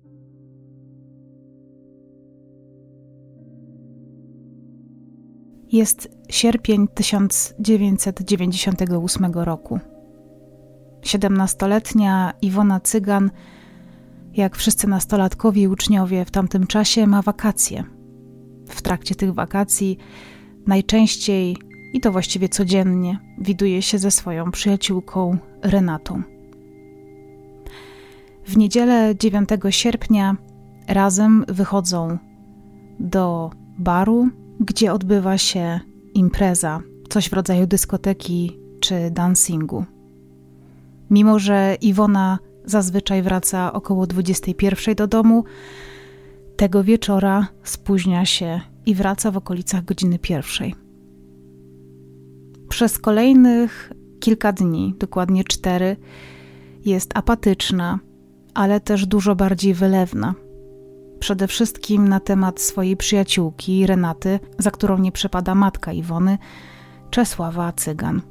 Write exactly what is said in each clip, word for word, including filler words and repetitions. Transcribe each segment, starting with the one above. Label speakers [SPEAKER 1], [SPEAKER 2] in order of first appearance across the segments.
[SPEAKER 1] Jest sierpień tysiąc dziewięćset dziewięćdziesiątego ósmego roku. Siedemnastoletnia Iwona Cygan, jak wszyscy nastolatkowie i uczniowie w tamtym czasie, ma wakacje. W trakcie tych wakacji najczęściej, i to właściwie codziennie, widuje się ze swoją przyjaciółką Renatą. W niedzielę dziewiątego sierpnia razem wychodzą do baru, gdzie odbywa się impreza, coś w rodzaju dyskoteki czy dancingu. Mimo że Iwona zazwyczaj wraca około dwudziestej pierwszej do domu, tego wieczora spóźnia się i wraca w okolicach godziny pierwszej. Przez kolejnych kilka dni, dokładnie cztery, jest apatyczna, ale też dużo bardziej wylewna. Przede wszystkim na temat swojej przyjaciółki Renaty, za którą nie przepada matka Iwony, Czesława Cygan.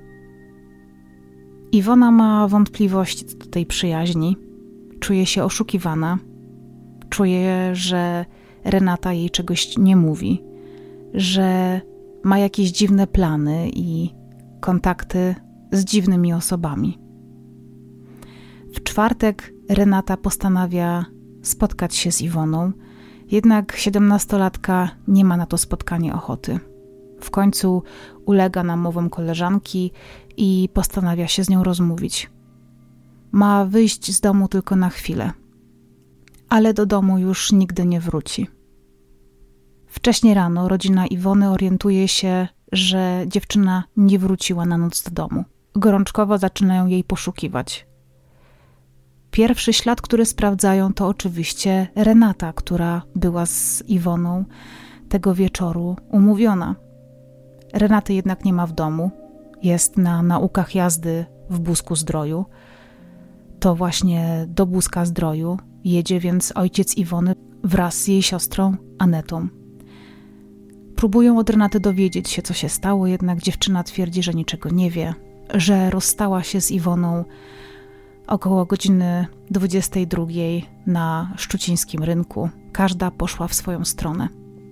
[SPEAKER 1] Iwona ma wątpliwości co do tej przyjaźni. Czuje się oszukiwana. Czuje, że Renata jej czegoś nie mówi, że ma jakieś dziwne plany i kontakty z dziwnymi osobami. W czwartek Renata postanawia spotkać się z Iwoną, jednak siedemnastolatka nie ma na to spotkanie ochoty. W końcu ulega namowom koleżanki i postanawia się z nią rozmówić. Ma wyjść z domu tylko na chwilę, ale do domu już nigdy nie wróci. Wcześnie rano rodzina Iwony orientuje się, że dziewczyna nie wróciła na noc do domu. Gorączkowo zaczynają jej poszukiwać. Pierwszy ślad, który sprawdzają, to oczywiście Renata, która była z Iwoną tego wieczoru umówiona. Renaty jednak nie ma w domu. Jest na naukach jazdy w Busku-Zdroju. To właśnie do Buska-Zdroju jedzie więc ojciec Iwony wraz z jej siostrą Anetą. Próbują od Renaty dowiedzieć się, co się stało, jednak dziewczyna twierdzi, że niczego nie wie, że rozstała się z Iwoną około godziny dwudziestej drugiej na szczucińskim rynku. Każda poszła w swoją stronę.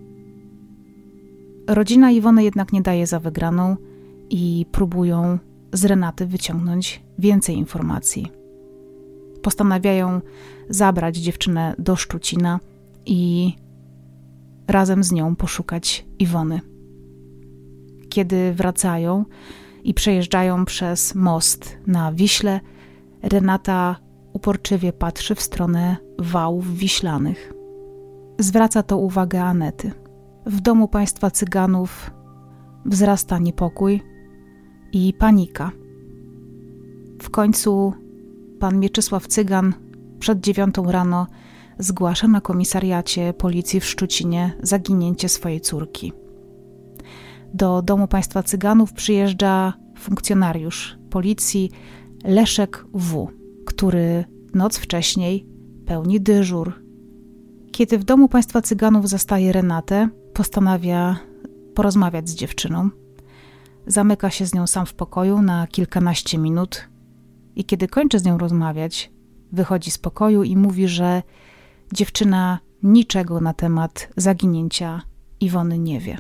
[SPEAKER 1] Rodzina Iwony jednak nie daje za wygraną i próbują z Renaty wyciągnąć więcej informacji. Postanawiają zabrać dziewczynę do Szczucina i razem z nią poszukać Iwony. Kiedy wracają i przejeżdżają przez most na Wiśle, Renata uporczywie patrzy w stronę wałów wiślanych. Zwraca to uwagę Anety. W domu państwa Cyganów wzrasta niepokój i panika. W końcu pan Mieczysław Cygan przed dziewiątą rano zgłasza na komisariacie policji w Szczucinie zaginięcie swojej córki. Do domu państwa Cyganów przyjeżdża funkcjonariusz policji Leszek W., który noc wcześniej pełni dyżur. Kiedy w domu państwa Cyganów zastaje Renatę, postanawia porozmawiać z dziewczyną. Zamyka się z nią sam w pokoju na kilkanaście minut i kiedy kończy z nią rozmawiać, wychodzi z pokoju i mówi, że dziewczyna niczego na temat zaginięcia Iwony nie wie.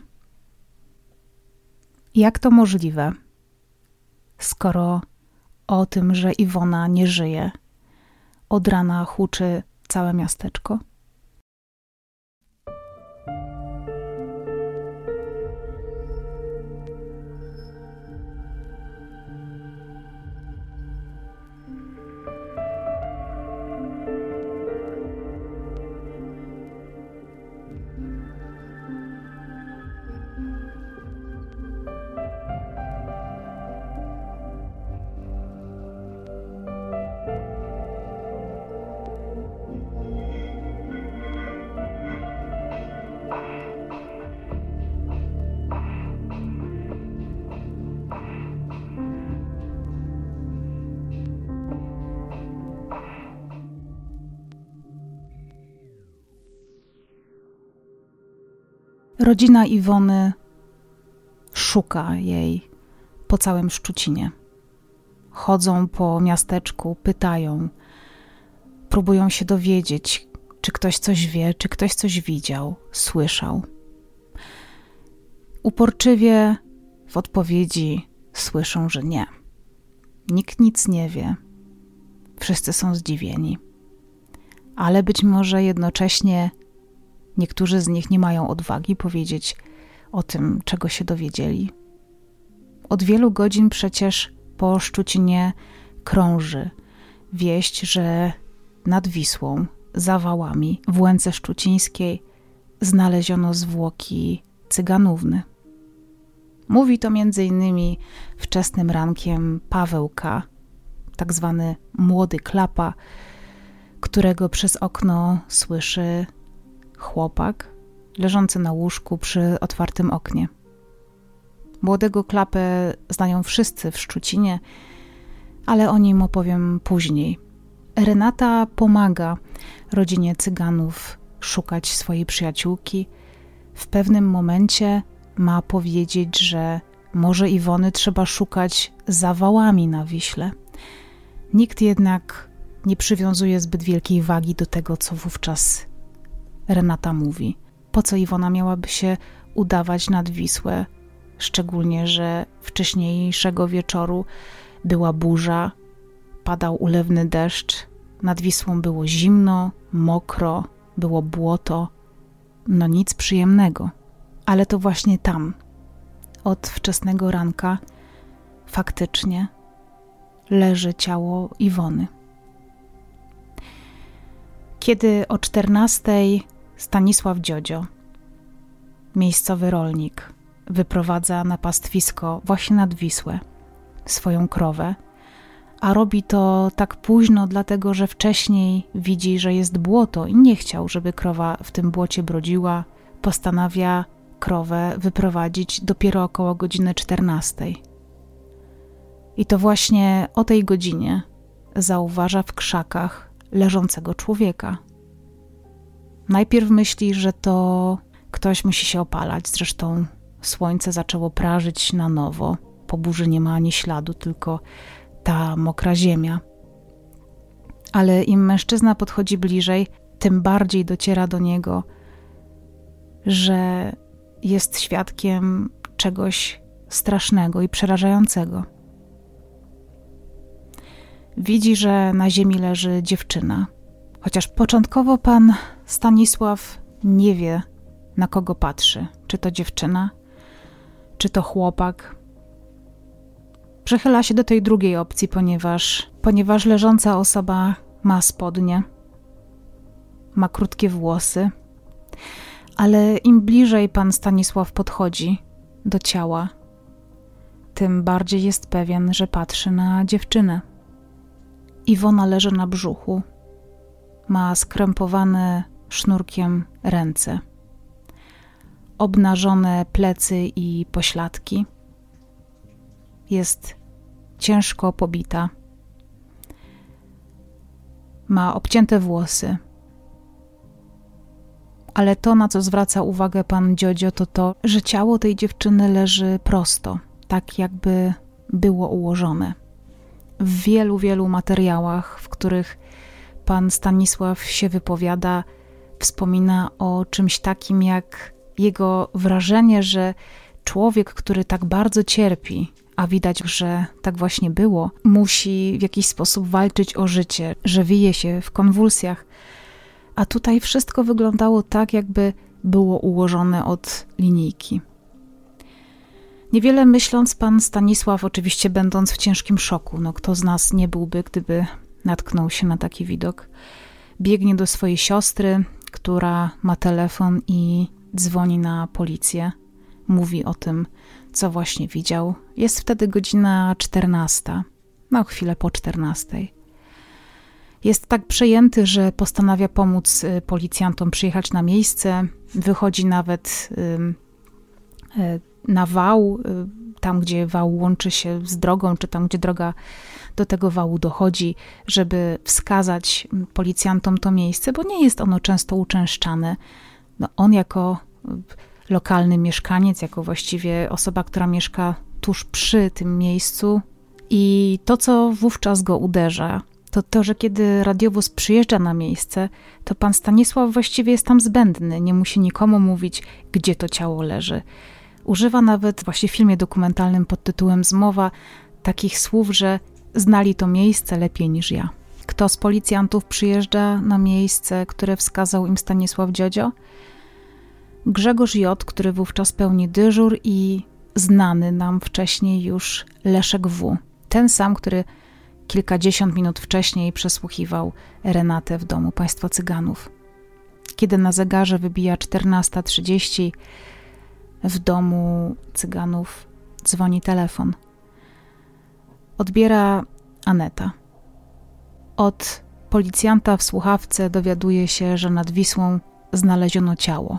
[SPEAKER 1] Jak to możliwe, skoro o tym, że Iwona nie żyje, od rana huczy całe miasteczko? Rodzina Iwony szuka jej po całym Szczucinie. Chodzą po miasteczku, pytają, próbują się dowiedzieć, czy ktoś coś wie, czy ktoś coś widział, słyszał. Uporczywie w odpowiedzi słyszą, że nie. Nikt nic nie wie. Wszyscy są zdziwieni. Ale być może jednocześnie niektórzy z nich nie mają odwagi powiedzieć o tym, czego się dowiedzieli. Od wielu godzin przecież po Szczucinie krąży wieść, że nad Wisłą, za wałami, w Łęce Szczucińskiej znaleziono zwłoki Cyganówny. Mówi to między innymi wczesnym rankiem Paweł K., tak zwany młody klapa, którego przez okno słyszy chłopak leżący na łóżku przy otwartym oknie. Młodego klapę znają wszyscy w Szczucinie, ale o nim opowiem później. Renata pomaga rodzinie Cyganów szukać swojej przyjaciółki. W pewnym momencie ma powiedzieć, że może Iwony trzeba szukać za wałami na Wiśle. Nikt jednak nie przywiązuje zbyt wielkiej wagi do tego, co wówczas Renata mówi. Po co Iwona miałaby się udawać nad Wisłę? Szczególnie, że wcześniejszego wieczoru była burza, padał ulewny deszcz, nad Wisłą było zimno, mokro, było błoto, no nic przyjemnego. Ale to właśnie tam, od wczesnego ranka, faktycznie leży ciało Iwony. Kiedy o czternastej Stanisław Dziodzio, miejscowy rolnik, wyprowadza na pastwisko właśnie nad Wisłę swoją krowę, a robi to tak późno, dlatego że wcześniej widzi, że jest błoto i nie chciał, żeby krowa w tym błocie brodziła, postanawia krowę wyprowadzić dopiero około godziny czternastej. I to właśnie o tej godzinie zauważa w krzakach leżącego człowieka. Najpierw myśli, że to ktoś musi się opalać, zresztą słońce zaczęło prażyć na nowo, po burzy nie ma ani śladu, tylko ta mokra ziemia. Ale im mężczyzna podchodzi bliżej, tym bardziej dociera do niego, że jest świadkiem czegoś strasznego i przerażającego. Widzi, że na ziemi leży dziewczyna, chociaż początkowo pan Stanisław nie wie, na kogo patrzy. Czy to dziewczyna, czy to chłopak. Przychyla się do tej drugiej opcji, ponieważ, ponieważ leżąca osoba ma spodnie, ma krótkie włosy, ale im bliżej pan Stanisław podchodzi do ciała, tym bardziej jest pewien, że patrzy na dziewczynę. Iwona leży na brzuchu, ma skrępowane sznurkiem ręce, obnażone plecy i pośladki. Jest ciężko pobita. Ma obcięte włosy. Ale to, na co zwraca uwagę pan Dziodzio, to to, że ciało tej dziewczyny leży prosto, tak jakby było ułożone. W wielu, wielu materiałach, w których pan Stanisław się wypowiada, wspomina o czymś takim jak jego wrażenie, że człowiek, który tak bardzo cierpi, a widać, że tak właśnie było, musi w jakiś sposób walczyć o życie, że wije się w konwulsjach. A tutaj wszystko wyglądało tak, jakby było ułożone od linijki. Niewiele myśląc, pan Stanisław, oczywiście będąc w ciężkim szoku, no kto z nas nie byłby, gdyby natknął się na taki widok, biegnie do swojej siostry, która ma telefon i dzwoni na policję. Mówi o tym, co właśnie widział. Jest wtedy godzina czternasta, no chwilę po czternastej. Jest tak przejęty, że postanawia pomóc policjantom przyjechać na miejsce. Wychodzi nawet na wał, tam gdzie wał łączy się z drogą, czy tam gdzie droga do tego wału dochodzi, żeby wskazać policjantom to miejsce, bo nie jest ono często uczęszczane. No on jako lokalny mieszkaniec, jako właściwie osoba, która mieszka tuż przy tym miejscu i to, co wówczas go uderza, to to, że kiedy radiowóz przyjeżdża na miejsce, to pan Stanisław właściwie jest tam zbędny, nie musi nikomu mówić, gdzie to ciało leży. Używa nawet właśnie w filmie dokumentalnym pod tytułem Zmowa takich słów, że znali to miejsce lepiej niż ja. Kto z policjantów przyjeżdża na miejsce, które wskazał im Stanisław Dziodzio? Grzegorz J., który wówczas pełni dyżur, i znany nam wcześniej już Leszek W., ten sam, który kilkadziesiąt minut wcześniej przesłuchiwał Renatę w domu państwa Cyganów. Kiedy na zegarze wybija czternasta trzydzieści, w domu Cyganów dzwoni telefon. Odbiera Aneta. Od policjanta w słuchawce dowiaduje się, że nad Wisłą znaleziono ciało.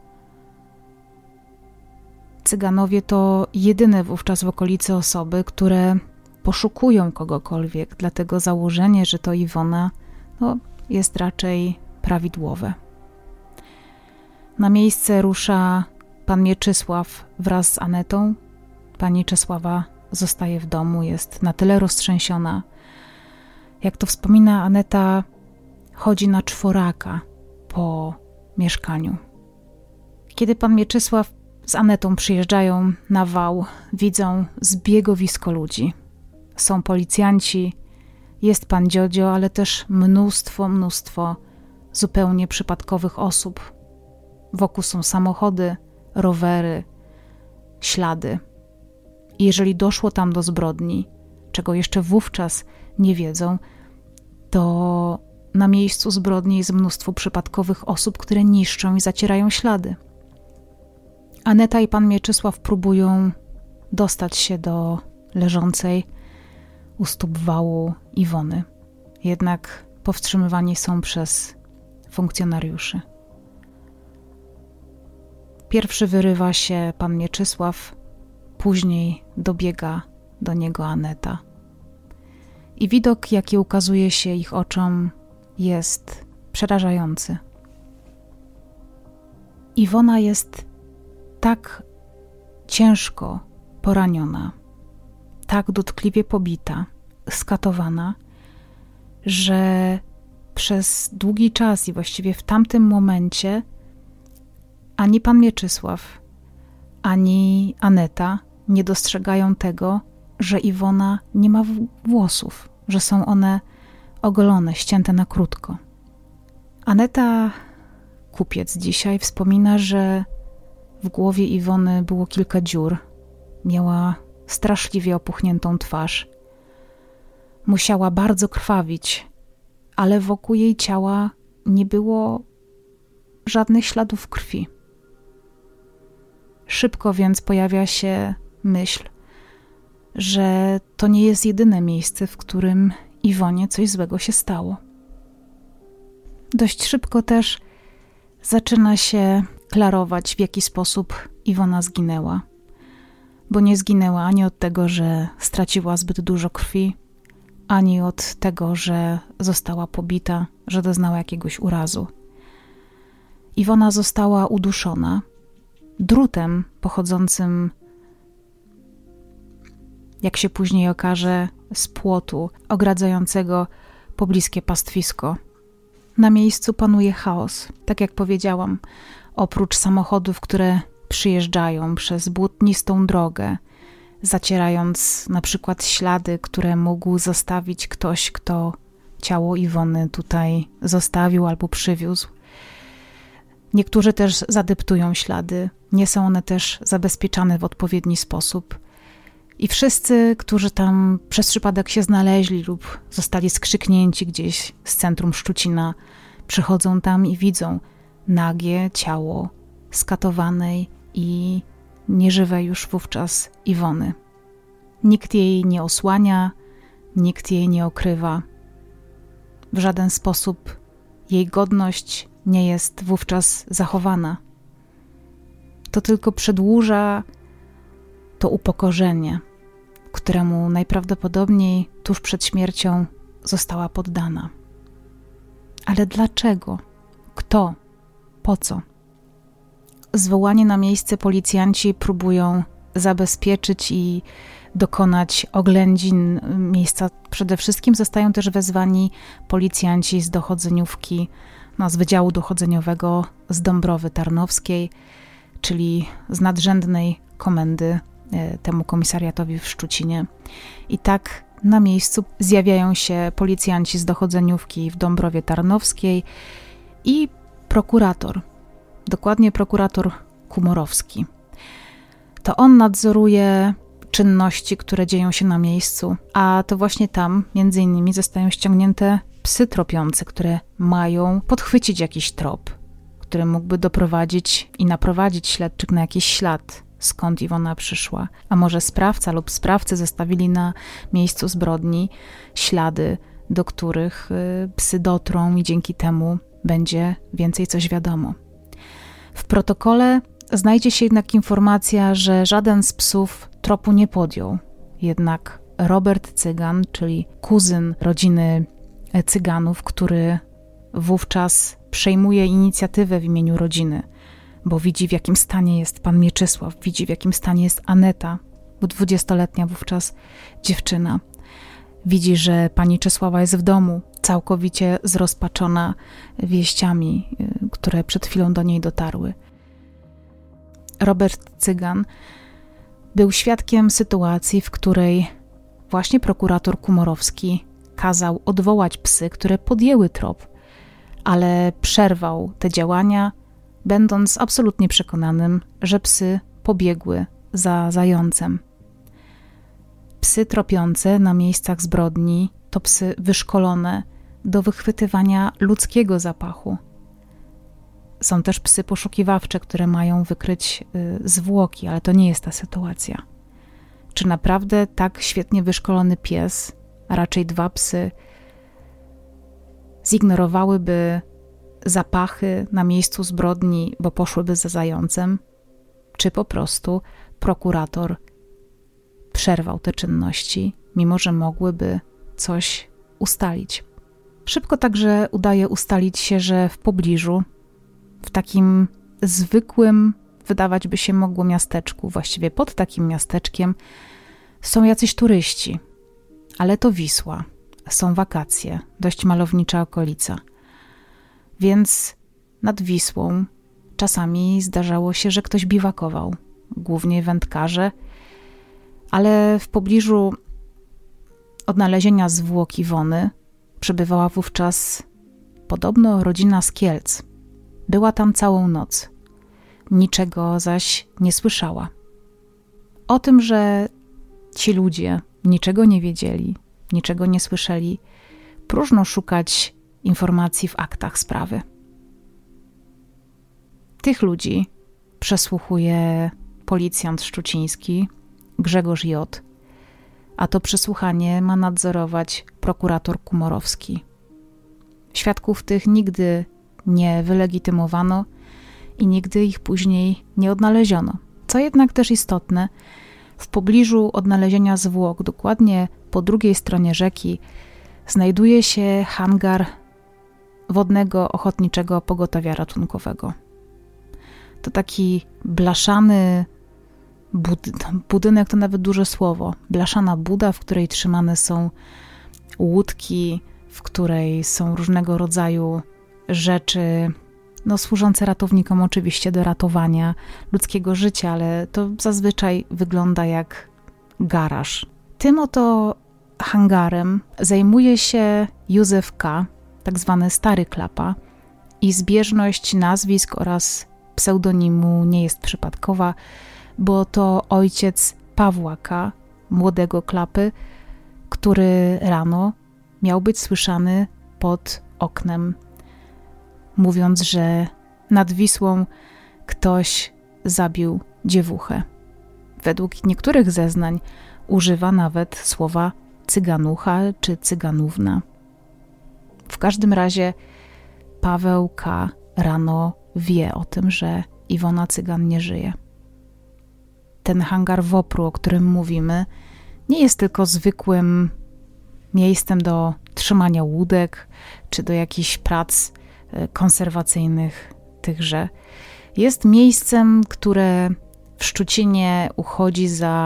[SPEAKER 1] Cyganowie to jedyne wówczas w okolicy osoby, które poszukują kogokolwiek, dlatego założenie, że to Iwona, no, jest raczej prawidłowe. Na miejsce rusza pan Mieczysław wraz z Anetą. Pani Czesława zostaje w domu, jest na tyle roztrzęsiona. Jak to wspomina Aneta, chodzi na czworaka po mieszkaniu. Kiedy pan Mieczysław z Anetą przyjeżdżają na wał, widzą zbiegowisko ludzi. Są policjanci, jest pan Dziodzio, ale też mnóstwo, mnóstwo zupełnie przypadkowych osób. Wokół są samochody, rowery, ślady. I jeżeli doszło tam do zbrodni, czego jeszcze wówczas nie wiedzą, to na miejscu zbrodni jest mnóstwo przypadkowych osób, które niszczą i zacierają ślady. Aneta i pan Mieczysław próbują dostać się do leżącej u stóp wału Iwony. Jednak powstrzymywani są przez funkcjonariuszy. Pierwszy wyrywa się pan Mieczysław, później dobiega do niego Aneta. I widok, jaki ukazuje się ich oczom, jest przerażający. Iwona jest tak ciężko poraniona, tak dotkliwie pobita, skatowana, że przez długi czas i właściwie w tamtym momencie ani pan Mieczysław, ani Aneta nie dostrzegają tego, że Iwona nie ma włosów, że są one ogolone, ścięte na krótko. Aneta Kupiec dzisiaj wspomina, że w głowie Iwony było kilka dziur. Miała straszliwie opuchniętą twarz. Musiała bardzo krwawić, ale wokół jej ciała nie było żadnych śladów krwi. Szybko więc pojawia się myśl, że to nie jest jedyne miejsce, w którym Iwonie coś złego się stało. Dość szybko też zaczyna się klarować, w jaki sposób Iwona zginęła. Bo nie zginęła ani od tego, że straciła zbyt dużo krwi, ani od tego, że została pobita, że doznała jakiegoś urazu. Iwona została uduszona drutem pochodzącym, jak się później okaże, z płotu ogradzającego pobliskie pastwisko. Na miejscu panuje chaos. Tak jak powiedziałam, oprócz samochodów, które przyjeżdżają przez błotnistą drogę, zacierając na przykład ślady, które mógł zostawić ktoś, kto ciało Iwony tutaj zostawił albo przywiózł. Niektórzy też zadeptują ślady, nie są one też zabezpieczane w odpowiedni sposób. I wszyscy, którzy tam przez przypadek się znaleźli lub zostali skrzyknięci gdzieś z centrum Szczucina, przychodzą tam i widzą nagie ciało skatowanej i nieżywej już wówczas Iwony. Nikt jej nie osłania, nikt jej nie okrywa. W żaden sposób jej godność nie jest wówczas zachowana. To tylko przedłuża to upokorzenie, któremu najprawdopodobniej tuż przed śmiercią została poddana. Ale dlaczego? Kto? Po co? Zwołani na miejsce policjanci próbują zabezpieczyć i dokonać oględzin miejsca. Przede wszystkim zostają też wezwani policjanci z dochodzeniówki, no, z Wydziału Dochodzeniowego z Dąbrowy Tarnowskiej, czyli z nadrzędnej komendy temu komisariatowi w Szczucinie. I tak na miejscu zjawiają się policjanci z dochodzeniówki w Dąbrowie Tarnowskiej i prokurator, dokładnie prokurator Kumorowski. To on nadzoruje czynności, które dzieją się na miejscu, a to właśnie tam między innymi zostają ściągnięte psy tropiące, które mają podchwycić jakiś trop, który mógłby doprowadzić i naprowadzić śledczych na jakiś ślad, skąd Iwona przyszła. A może sprawca lub sprawcy zostawili na miejscu zbrodni ślady, do których psy dotrą i dzięki temu będzie więcej coś wiadomo. W protokole znajdzie się jednak informacja, że żaden z psów tropu nie podjął. Jednak Robert Cygan, czyli kuzyn rodziny Cyganów, który wówczas przejmuje inicjatywę w imieniu rodziny, bo widzi, w jakim stanie jest pan Mieczysław, widzi, w jakim stanie jest Aneta, bo dwudziestoletnia wówczas dziewczyna. Widzi, że pani Czesława jest w domu, całkowicie zrozpaczona wieściami, które przed chwilą do niej dotarły. Robert Cygan był świadkiem sytuacji, w której właśnie prokurator Kumorowski kazał odwołać psy, które podjęły trop, ale przerwał te działania, będąc absolutnie przekonanym, że psy pobiegły za zającem. Psy tropiące na miejscach zbrodni to psy wyszkolone do wychwytywania ludzkiego zapachu. Są też psy poszukiwawcze, które mają wykryć zwłoki, ale to nie jest ta sytuacja. Czy naprawdę tak świetnie wyszkolony pies, a raczej dwa psy, zignorowałyby zapachy na miejscu zbrodni, bo poszłyby za zającem? Czy po prostu prokurator przerwał te czynności, mimo że mogłyby coś ustalić? Szybko także udaje ustalić się, że w pobliżu, w takim zwykłym, wydawać by się mogło miasteczku, właściwie pod takim miasteczkiem, są jacyś turyści, ale to Wisła, są wakacje, dość malownicza okolica. Więc nad Wisłą czasami zdarzało się, że ktoś biwakował, głównie wędkarze, ale w pobliżu odnalezienia zwłok Iwony przebywała wówczas podobno rodzina z Kielc. Była tam całą noc, niczego zaś nie słyszała. O tym, że ci ludzie niczego nie wiedzieli, niczego nie słyszeli, próżno szukać informacji w aktach sprawy. Tych ludzi przesłuchuje policjant szczuciński Grzegorz J., a to przesłuchanie ma nadzorować prokurator Kumorowski. Świadków tych nigdy nie wylegitymowano i nigdy ich później nie odnaleziono. Co jednak też istotne, w pobliżu odnalezienia zwłok, dokładnie po drugiej stronie rzeki, znajduje się hangar Wodnego Ochotniczego Pogotowia Ratunkowego. To taki blaszany bud- budynek, to nawet duże słowo, blaszana buda, w której trzymane są łódki, w której są różnego rodzaju rzeczy, no służące ratownikom oczywiście do ratowania ludzkiego życia, ale to zazwyczaj wygląda jak garaż. Tym oto hangarem zajmuje się Józef K., tak zwany Stary Klapa, i zbieżność nazwisk oraz pseudonimu nie jest przypadkowa, bo to ojciec Pawła K., młodego Klapy, który rano miał być słyszany pod oknem, mówiąc, że nad Wisłą ktoś zabił dziewuchę. Według niektórych zeznań używa nawet słowa cyganucha czy cyganówna. W każdym razie Paweł K. rano wie o tym, że Iwona Cygan nie żyje. Ten hangar Wopru, o którym mówimy, nie jest tylko zwykłym miejscem do trzymania łódek czy do jakichś prac konserwacyjnych tychże. Jest miejscem, które w Szczucinie uchodzi za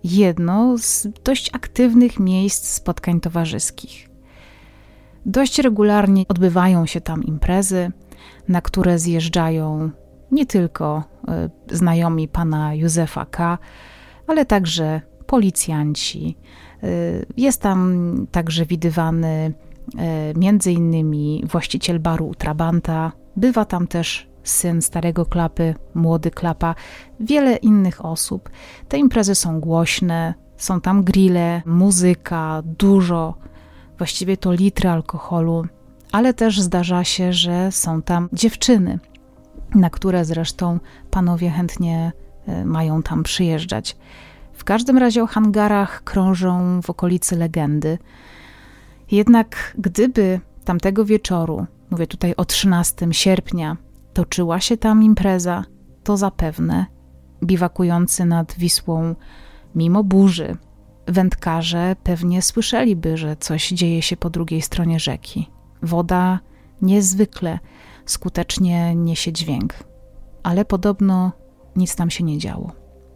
[SPEAKER 1] jedno z dość aktywnych miejsc spotkań towarzyskich. Dość regularnie odbywają się tam imprezy, na które zjeżdżają nie tylko y, znajomi pana Józefa K., ale także policjanci. Y, jest tam także widywany y, między innymi właściciel baru u Trabanta. Bywa tam też syn starego Klapy, młody Klapa, wiele innych osób. Te imprezy są głośne, są tam grille, muzyka, dużo, właściwie to litry alkoholu, ale też zdarza się, że są tam dziewczyny, na które zresztą panowie chętnie mają tam przyjeżdżać. W każdym razie o hangarach krążą w okolicy legendy. Jednak gdyby tamtego wieczoru, mówię tutaj o trzynastego sierpnia, toczyła się tam impreza, to zapewne biwakujący nad Wisłą mimo burzy wędkarze pewnie słyszeliby, że coś dzieje się po drugiej stronie rzeki. Woda niezwykle skutecznie niesie dźwięk, ale podobno nic tam się nie działo.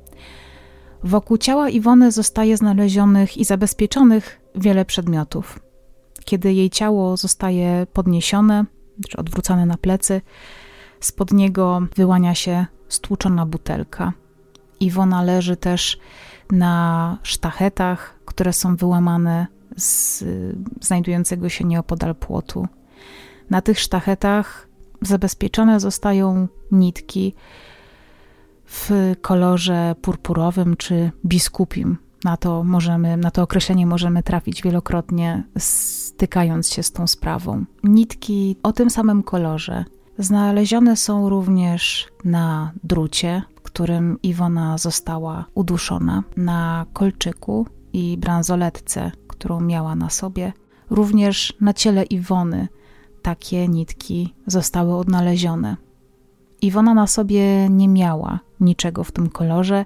[SPEAKER 1] Wokół ciała Iwony zostaje znalezionych i zabezpieczonych wiele przedmiotów. Kiedy jej ciało zostaje podniesione, czy odwrócone na plecy, spod niego wyłania się stłuczona butelka. Iwona leży też na sztachetach, które są wyłamane z znajdującego się nieopodal płotu. Na tych sztachetach zabezpieczone zostają nitki w kolorze purpurowym czy biskupim. Na to, możemy, na to określenie możemy trafić wielokrotnie, stykając się z tą sprawą. Nitki o tym samym kolorze znalezione są również na drucie, którym Iwona została uduszona, na kolczyku i bransoletce, którą miała na sobie. Również na ciele Iwony takie nitki zostały odnalezione. Iwona na sobie nie miała niczego w tym kolorze.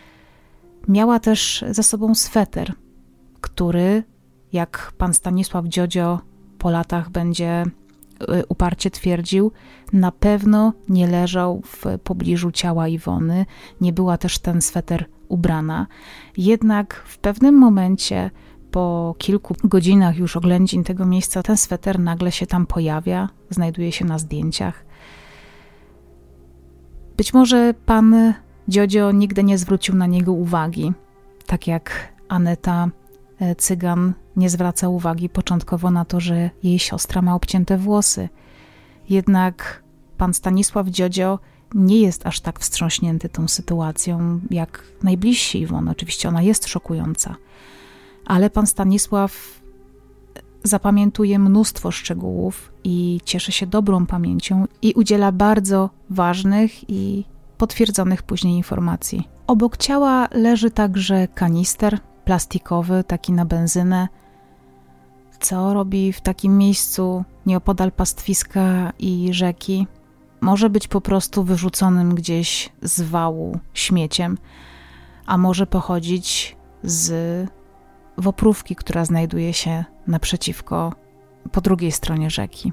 [SPEAKER 1] Miała też ze sobą sweter, który, jak pan Stanisław Dziodzio po latach będzie uparcie twierdził, na pewno nie leżał w pobliżu ciała Iwony, nie była też ten sweter ubrana. Jednak w pewnym momencie, po kilku godzinach już oględzin tego miejsca, ten sweter nagle się tam pojawia, znajduje się na zdjęciach. Być może pan Dziodzio nigdy nie zwrócił na niego uwagi, tak jak Aneta Cygan nie zwraca uwagi początkowo na to, że jej siostra ma obcięte włosy. Jednak pan Stanisław Dziodzio nie jest aż tak wstrząśnięty tą sytuacją, jak najbliżsi Iwony. Oczywiście ona jest szokująca, ale pan Stanisław zapamiętuje mnóstwo szczegółów i cieszy się dobrą pamięcią i udziela bardzo ważnych i potwierdzonych później informacji. Obok ciała leży także kanister plastikowy, taki na benzynę. Co robi w takim miejscu nieopodal pastwiska i rzeki? Może być po prostu wyrzuconym gdzieś z wału śmieciem, a może pochodzić z woprówki, która znajduje się naprzeciwko, po drugiej stronie rzeki.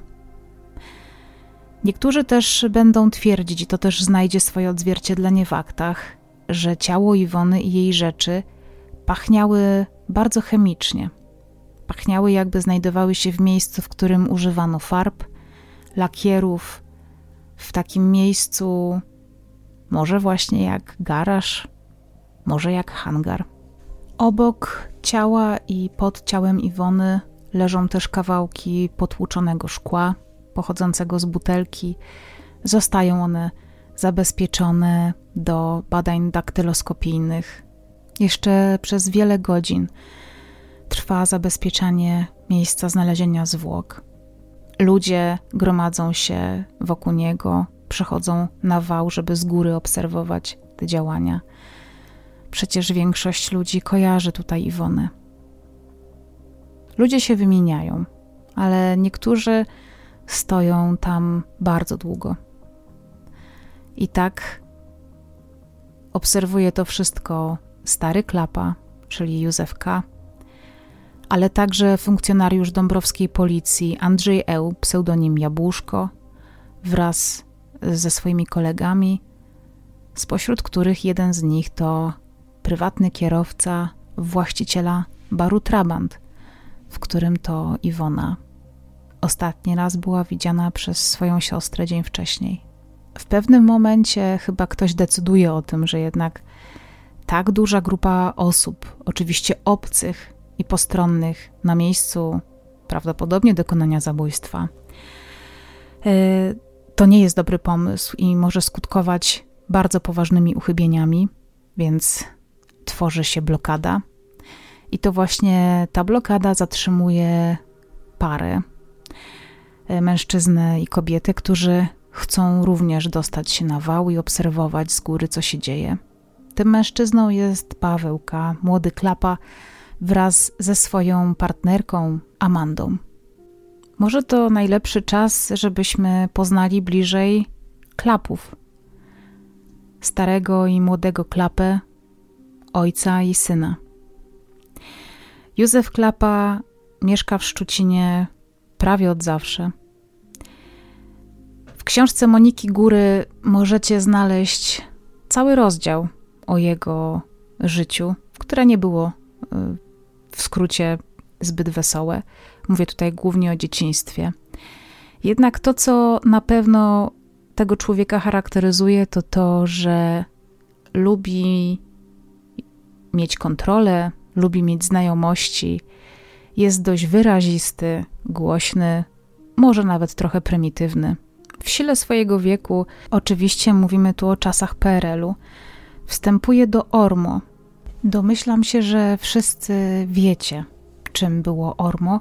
[SPEAKER 1] Niektórzy też będą twierdzić, i to też znajdzie swoje odzwierciedlenie w aktach, że ciało Iwony i jej rzeczy pachniały bardzo chemicznie. Pachniały, jakby znajdowały się w miejscu, w którym używano farb, lakierów, w takim miejscu może właśnie jak garaż, może jak hangar. Obok ciała i pod ciałem Iwony leżą też kawałki potłuczonego szkła pochodzącego z butelki. Zostają one zabezpieczone do badań daktyloskopijnych. Jeszcze przez wiele godzin trwa zabezpieczanie miejsca znalezienia zwłok. Ludzie gromadzą się wokół niego, przychodzą na wał, żeby z góry obserwować te działania. Przecież większość ludzi kojarzy tutaj Iwonę. Ludzie się wymieniają, ale niektórzy stoją tam bardzo długo. I tak obserwuje to wszystko stary Klapa, czyli Józef K., ale także funkcjonariusz dąbrowskiej policji Andrzej Eł, pseudonim Jabłuszko, wraz ze swoimi kolegami, spośród których jeden z nich to prywatny kierowca właściciela baru Trabant, w którym to Iwona ostatni raz była widziana przez swoją siostrę dzień wcześniej. W pewnym momencie chyba ktoś decyduje o tym, że jednak tak duża grupa osób, oczywiście obcych i postronnych, na miejscu prawdopodobnie dokonania zabójstwa, to nie jest dobry pomysł i może skutkować bardzo poważnymi uchybieniami, więc tworzy się blokada. I to właśnie ta blokada zatrzymuje parę, mężczyznę i kobietę, którzy chcą również dostać się na wał i obserwować z góry, co się dzieje. Tym mężczyzną jest Paweł K., młody Klapa, wraz ze swoją partnerką Amandą. Może to najlepszy czas, żebyśmy poznali bliżej Klapów. Starego i młodego Klapę, ojca i syna. Józef Klapa mieszka w Szczucinie prawie od zawsze. W książce Moniki Góry możecie znaleźć cały rozdział o jego życiu, które nie było w skrócie zbyt wesołe. Mówię tutaj głównie o dzieciństwie. Jednak to, co na pewno tego człowieka charakteryzuje, to to, że lubi mieć kontrolę, lubi mieć znajomości, jest dość wyrazisty, głośny, może nawet trochę prymitywny. W sile swojego wieku, oczywiście mówimy tu o czasach P R L u, wstępuje do ORMO. Domyślam się, że wszyscy wiecie, czym było ORMO,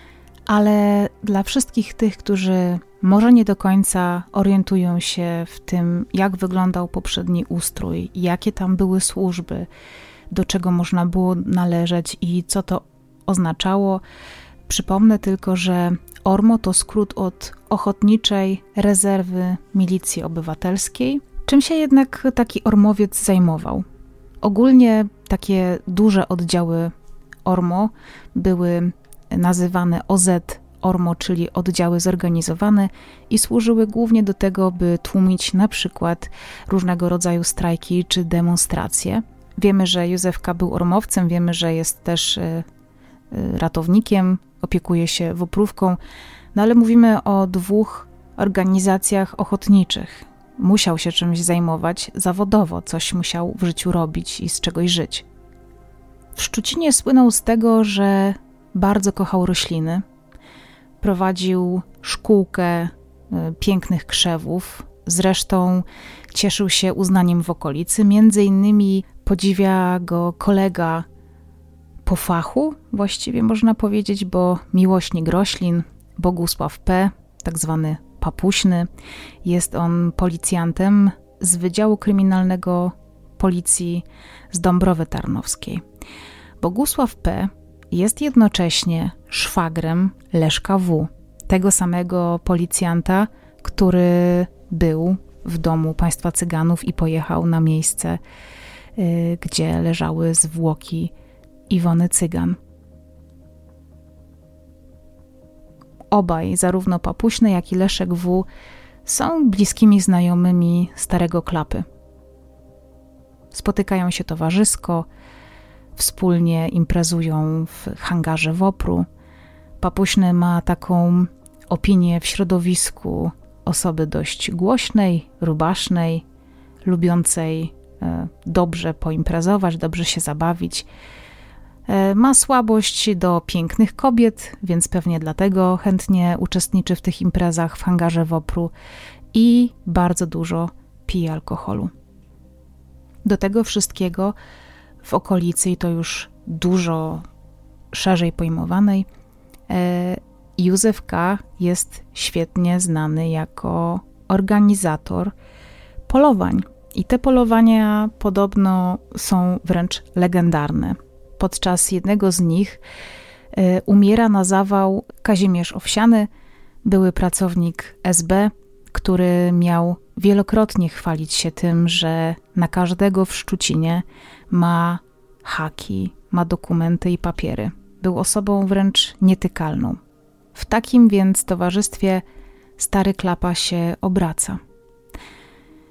[SPEAKER 1] ale dla wszystkich tych, którzy może nie do końca orientują się w tym, jak wyglądał poprzedni ustrój, jakie tam były służby, do czego można było należeć i co to oznaczało, przypomnę tylko, że ORMO to skrót od Ochotniczej Rezerwy Milicji Obywatelskiej. Czym się jednak taki ormowiec zajmował? Ogólnie takie duże oddziały ORMO były nazywane O Z ORMO, czyli oddziały zorganizowane, i służyły głównie do tego, by tłumić na przykład różnego rodzaju strajki czy demonstracje. Wiemy, że Józef K. był ormowcem, wiemy, że jest też ratownikiem, opiekuje się Woprówką, no ale mówimy o dwóch organizacjach ochotniczych. Musiał się czymś zajmować zawodowo, coś musiał w życiu robić i z czegoś żyć. W Szczucinie słynął z tego, że bardzo kochał rośliny. Prowadził szkółkę pięknych krzewów. Zresztą cieszył się uznaniem w okolicy. Między innymi podziwia go kolega po fachu, właściwie można powiedzieć, bo miłośnik roślin, Bogusław P., tak zwany Papuśny. Jest on policjantem z Wydziału Kryminalnego Policji z Dąbrowy Tarnowskiej. Bogusław P. jest jednocześnie szwagrem Leszka W., tego samego policjanta, który był w domu państwa Cyganów i pojechał na miejsce, y, gdzie leżały zwłoki Iwony Cygan. Obaj, zarówno Papuśny, jak i Leszek W., są bliskimi znajomymi starego Klapy. Spotykają się towarzysko, wspólnie imprezują w hangarze Wopru. Papuśny ma taką opinię w środowisku osoby dość głośnej, rubasznej, lubiącej e, dobrze poimprezować, dobrze się zabawić. E, ma słabość do pięknych kobiet, więc pewnie dlatego chętnie uczestniczy w tych imprezach w hangarze Wopru i bardzo dużo pije alkoholu. Do tego wszystkiego w okolicy, i to już dużo szerzej pojmowanej, Józef K. jest świetnie znany jako organizator polowań. I te polowania podobno są wręcz legendarne. Podczas jednego z nich umiera na zawał Kazimierz Owsiany, były pracownik S B, który miał wielokrotnie chwalić się tym, że na każdego w Szczucinie ma haki, ma dokumenty i papiery. Był osobą wręcz nietykalną. W takim więc towarzystwie stary Klapa się obraca.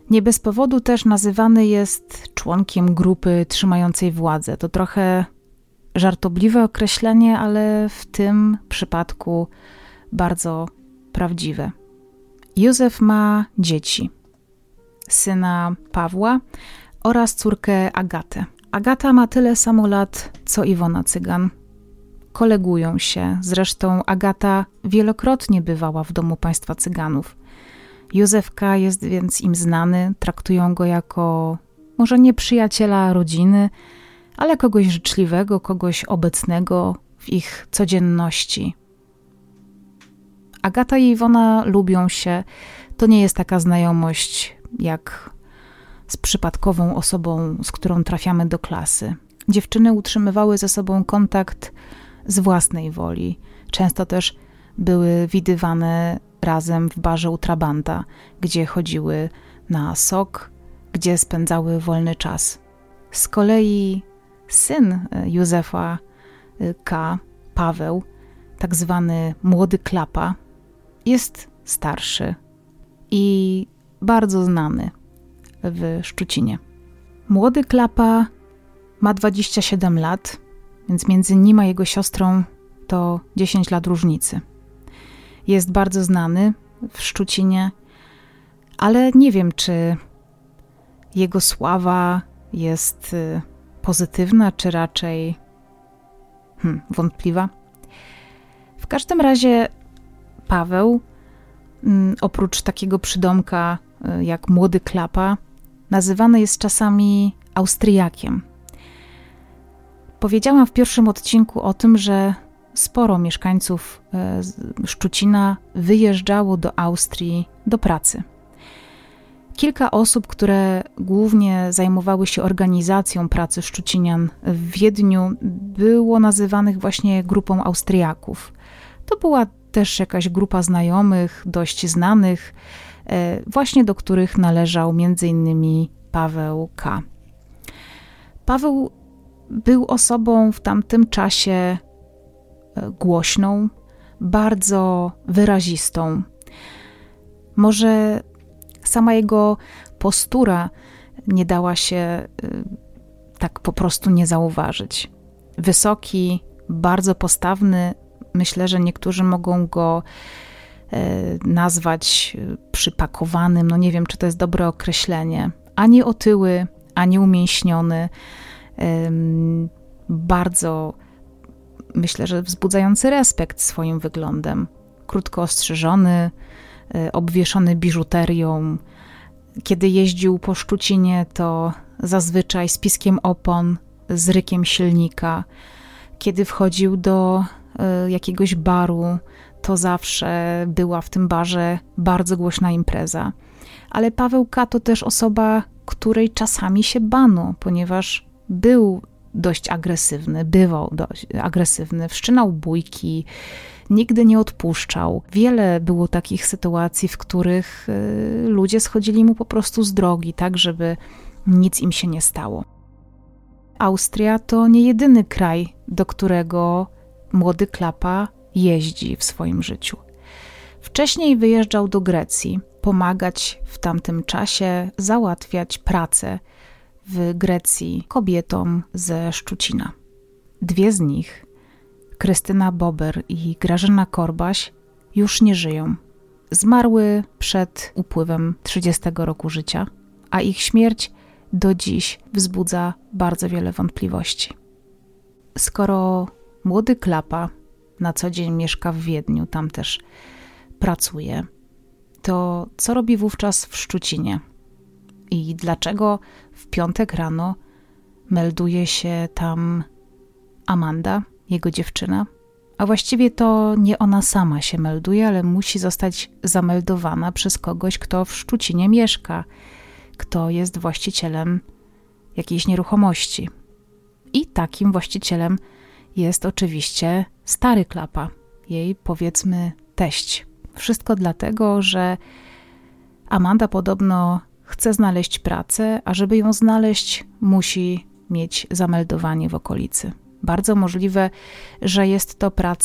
[SPEAKER 1] Nie bez powodu też nazywany jest członkiem grupy trzymającej władzę. To trochę żartobliwe określenie, ale w tym przypadku bardzo prawdziwe. Józef ma dzieci. Syna Pawła oraz córkę Agatę. Agata ma tyle samo lat, co Iwona Cygan. Kolegują się. Zresztą Agata wielokrotnie bywała w domu państwa Cyganów. Józef K. jest więc im znany, traktują go jako może nie przyjaciela rodziny, ale kogoś życzliwego, kogoś obecnego w ich codzienności. Agata i Iwona lubią się. To nie jest taka znajomość jak z przypadkową osobą, z którą trafiamy do klasy. Dziewczyny utrzymywały ze sobą kontakt z własnej woli. Często też były widywane razem w barze u Trabanta, gdzie chodziły na sok, gdzie spędzały wolny czas. Z kolei syn Józefa K., Paweł, tak zwany młody Klapa, jest starszy i bardzo znany w Szczucinie. Młody Klapa ma dwadzieścia siedem lat, więc między nim a jego siostrą to dziesięć lat różnicy. Jest bardzo znany w Szczucinie, ale nie wiem, czy jego sława jest pozytywna, czy raczej hmm, wątpliwa. W każdym razie Paweł, oprócz takiego przydomka jak młody Klapa, nazywany jest czasami Austriakiem. Powiedziałam w pierwszym odcinku o tym, że sporo mieszkańców Szczucina wyjeżdżało do Austrii do pracy. Kilka osób, które głównie zajmowały się organizacją pracy Szczucinian w Wiedniu, było nazywanych właśnie grupą Austriaków. To była też jakaś grupa znajomych, dość znanych, właśnie do których należał między innymi Paweł K. Paweł był osobą w tamtym czasie głośną, bardzo wyrazistą. Może sama jego postura nie dała się tak po prostu nie zauważyć. Wysoki, bardzo postawny, myślę, że niektórzy mogą go nazwać przypakowanym, no nie wiem, czy to jest dobre określenie, ani otyły, ani umięśniony, bardzo, myślę, że wzbudzający respekt swoim wyglądem. Krótko ostrzyżony, obwieszony biżuterią. Kiedy jeździł po Szczucinie, to zazwyczaj z piskiem opon, z rykiem silnika. Kiedy wchodził do jakiegoś baru, to zawsze była w tym barze bardzo głośna impreza. Ale Paweł K. to też osoba, której czasami się bano, ponieważ był dość agresywny, bywał dość agresywny, wszczynał bójki, nigdy nie odpuszczał. Wiele było takich sytuacji, w których ludzie schodzili mu po prostu z drogi, tak żeby nic im się nie stało. Austria to nie jedyny kraj, do którego młody Klapa jeździ w swoim życiu. Wcześniej wyjeżdżał do Grecji, pomagać w tamtym czasie, załatwiać pracę w Grecji kobietom ze Szczucina. Dwie z nich, Krystyna Bober i Grażyna Korbaś, już nie żyją. Zmarły przed upływem trzydziestego roku życia, a ich śmierć do dziś wzbudza bardzo wiele wątpliwości. Skoro młody Klapa na co dzień mieszka w Wiedniu, tam też pracuje, to co robi wówczas w Szczucinie? I dlaczego w piątek rano melduje się tam Amanda, jego dziewczyna? A właściwie to nie ona sama się melduje, ale musi zostać zameldowana przez kogoś, kto w Szczucinie mieszka, kto jest właścicielem jakiejś nieruchomości. I takim właścicielem jest oczywiście stary Klapa, jej powiedzmy teść. Wszystko dlatego, że Amanda podobno chce znaleźć pracę, a żeby ją znaleźć, musi mieć zameldowanie w okolicy. Bardzo możliwe, że jest to praca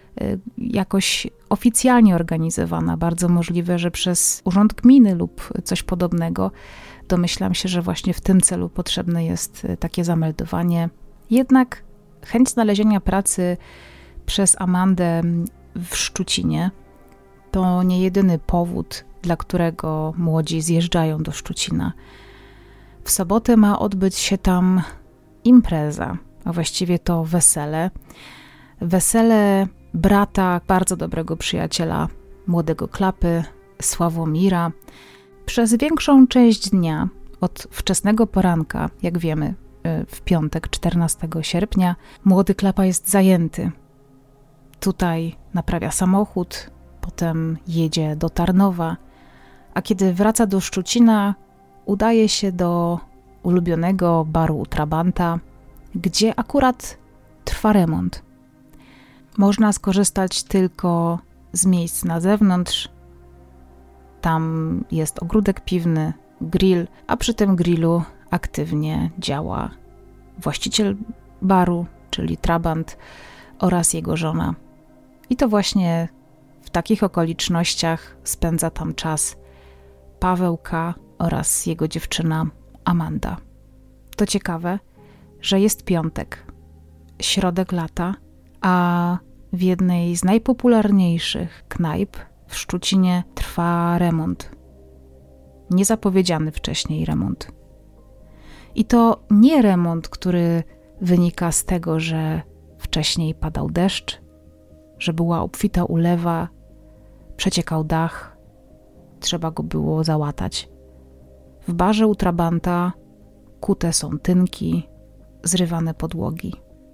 [SPEAKER 1] jakoś oficjalnie organizowana. Bardzo możliwe, że przez urząd gminy lub coś podobnego. Domyślam się, że właśnie w tym celu potrzebne jest takie zameldowanie. Jednak chęć znalezienia pracy przez Amandę w Szczucinie to nie jedyny powód, dla którego młodzi zjeżdżają do Szczucina. W sobotę ma odbyć się tam impreza, a właściwie to wesele. Wesele brata bardzo dobrego przyjaciela młodego Klapy, Sławomira. Przez większą część dnia, od wczesnego poranka, jak wiemy, w piątek, czternastego sierpnia, młody Klapa jest zajęty. Tutaj naprawia samochód, potem jedzie do Tarnowa, a kiedy wraca do Szczucina, udaje się do ulubionego baru u Trabanta, gdzie akurat trwa remont. Można skorzystać tylko z miejsc na zewnątrz. Tam jest ogródek piwny, grill, a przy tym grillu aktywnie działa właściciel baru, czyli Trabant oraz jego żona. I to właśnie w takich okolicznościach spędza tam czas Paweł K. oraz jego dziewczyna Amanda. To ciekawe, że jest piątek, środek lata, a w jednej z najpopularniejszych knajp w Szczucinie trwa remont. Niezapowiedziany wcześniej remont. I to nie remont, który wynika z tego, że wcześniej padał deszcz, że była obfita ulewa, przeciekał dach, trzeba go było załatać. W barze u Trabanta kute są tynki, zrywane podłogi.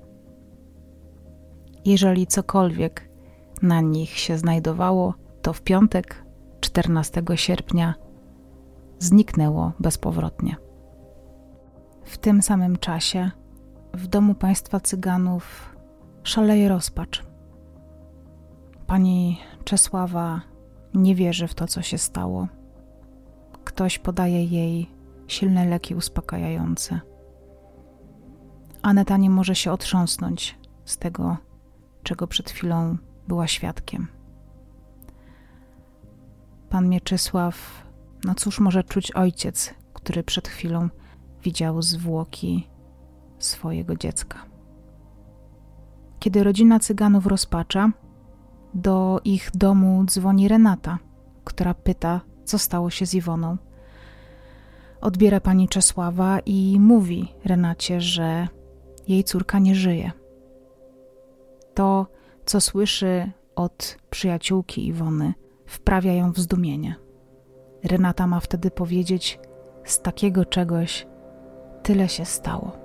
[SPEAKER 1] Jeżeli cokolwiek na nich się znajdowało, to w piątek, czternastego sierpnia, zniknęło bezpowrotnie. W tym samym czasie w domu państwa Cyganów szaleje rozpacz. Pani Czesława nie wierzy w to, co się stało. Ktoś podaje jej silne leki uspokajające. Aneta nie może się otrząsnąć z tego, czego przed chwilą była świadkiem. Pan Mieczysław, no cóż może czuć ojciec, który przed chwilą widział zwłoki swojego dziecka. Kiedy rodzina Cyganów rozpacza, do ich domu dzwoni Renata, która pyta, co stało się z Iwoną. Odbiera pani Czesława i mówi Renacie, że jej córka nie żyje. To, co słyszy od przyjaciółki Iwony, wprawia ją w zdumienie. Renata ma wtedy powiedzieć, z takiego czegoś tyle się stało.